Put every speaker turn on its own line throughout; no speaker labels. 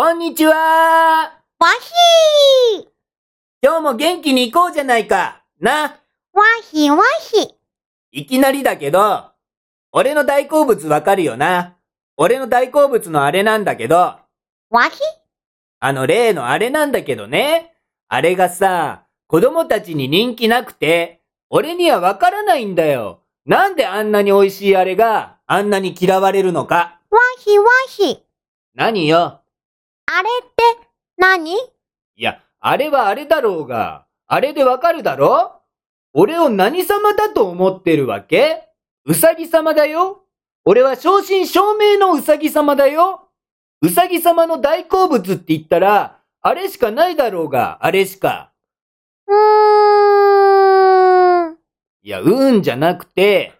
こんにちは。
わひ
今日も元気に行こうじゃないか。な。
ー。わひわひ。
いきなりだけど、俺の大好物わかるよな。俺の大好物のあれなんだけど、
わひ
例のあれなんだけどね。あれがさ、子供たちに人気なくて、俺にはわからないんだよ。なんであんなに美味しいあれがあんなに嫌われるのか。
わひわひ。
何よ。
あれって何？
いや、あれはあれだろうが、あれでわかるだろ？俺を何様だと思ってるわけ？うさぎ様だよ。俺は正真正銘のうさぎ様だよ。うさぎ様の大好物って言ったら、あれしかないだろうが、あれしか。いや、じゃなくて、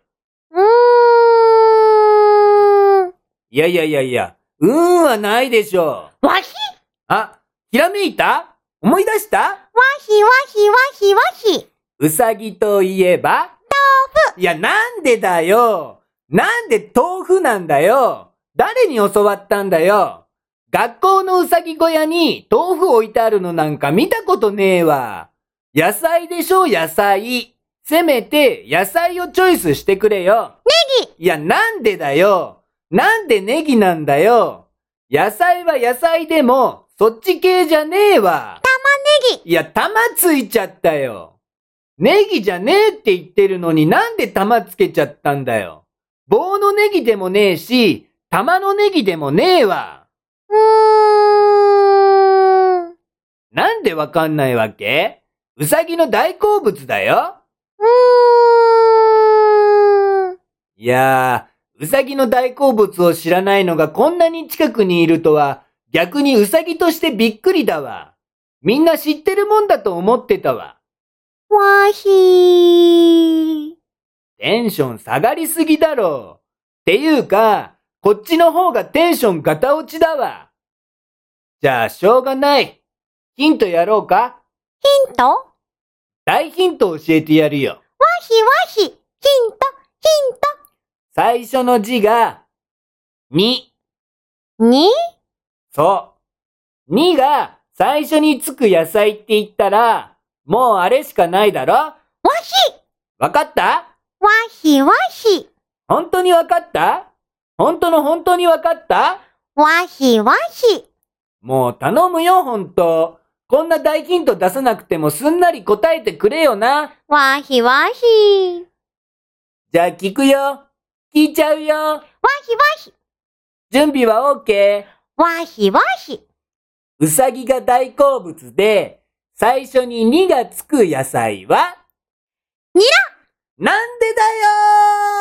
いや、はないでしょ
わひ
あ、ひらめいた？思い出した？
わひわひわひわひ。
うさぎといえば豆腐。いや、なんでだよ。なんで豆腐なんだよ。誰に教わったんだよ。学校のうさぎ小屋に豆腐置いてあるのなんか見たことねえわ。野菜でしょ、野菜。せめて野菜をチョイスしてくれよ。
ネギ。
いや、なんでだよ。なんでネギなんだよ。野菜は野菜でも、そっち系じゃねえわ。
玉ねぎ。
いや、玉ついちゃったよ。ネギじゃねえって言ってるのになんで玉つけちゃったんだよ。棒のネギでもねえし、玉のネギでもねえわ。なんでわかんないわけ？うさぎの大好物だよ。いやー、うさぎの大好物を知らないのがこんなに近くにいるとは、逆にうさぎとしてびっくりだわ。みんな知ってるもんだと思ってたわ。
わひー。
テンション下がりすぎだろ。っていうか、こっちの方がテンションガタ落ちだわ。じゃあ、しょうがない。ヒントやろうか？
ヒント？わ
大ヒント教えてやるよ。
ひわひ。ヒント、ヒント。
最初の字が、に。
に？
そう。にが最初につく野菜って言ったら、もうあれしかないだろ？
わひ
わかった？
わひわひ。
本当にわかった？本当にわかった？
わひわひ。
もう頼むよ、ほんと。こんな大ヒント出さなくてもすんなり答えてくれよな。
わひわひ。
じゃあ聞くよ。聞いちゃうよ。
わひわひ。
準備は OK？
わひわひ。
うさぎが大好物で、最初に2がつく野菜は？
ニラ。
なんでだよー。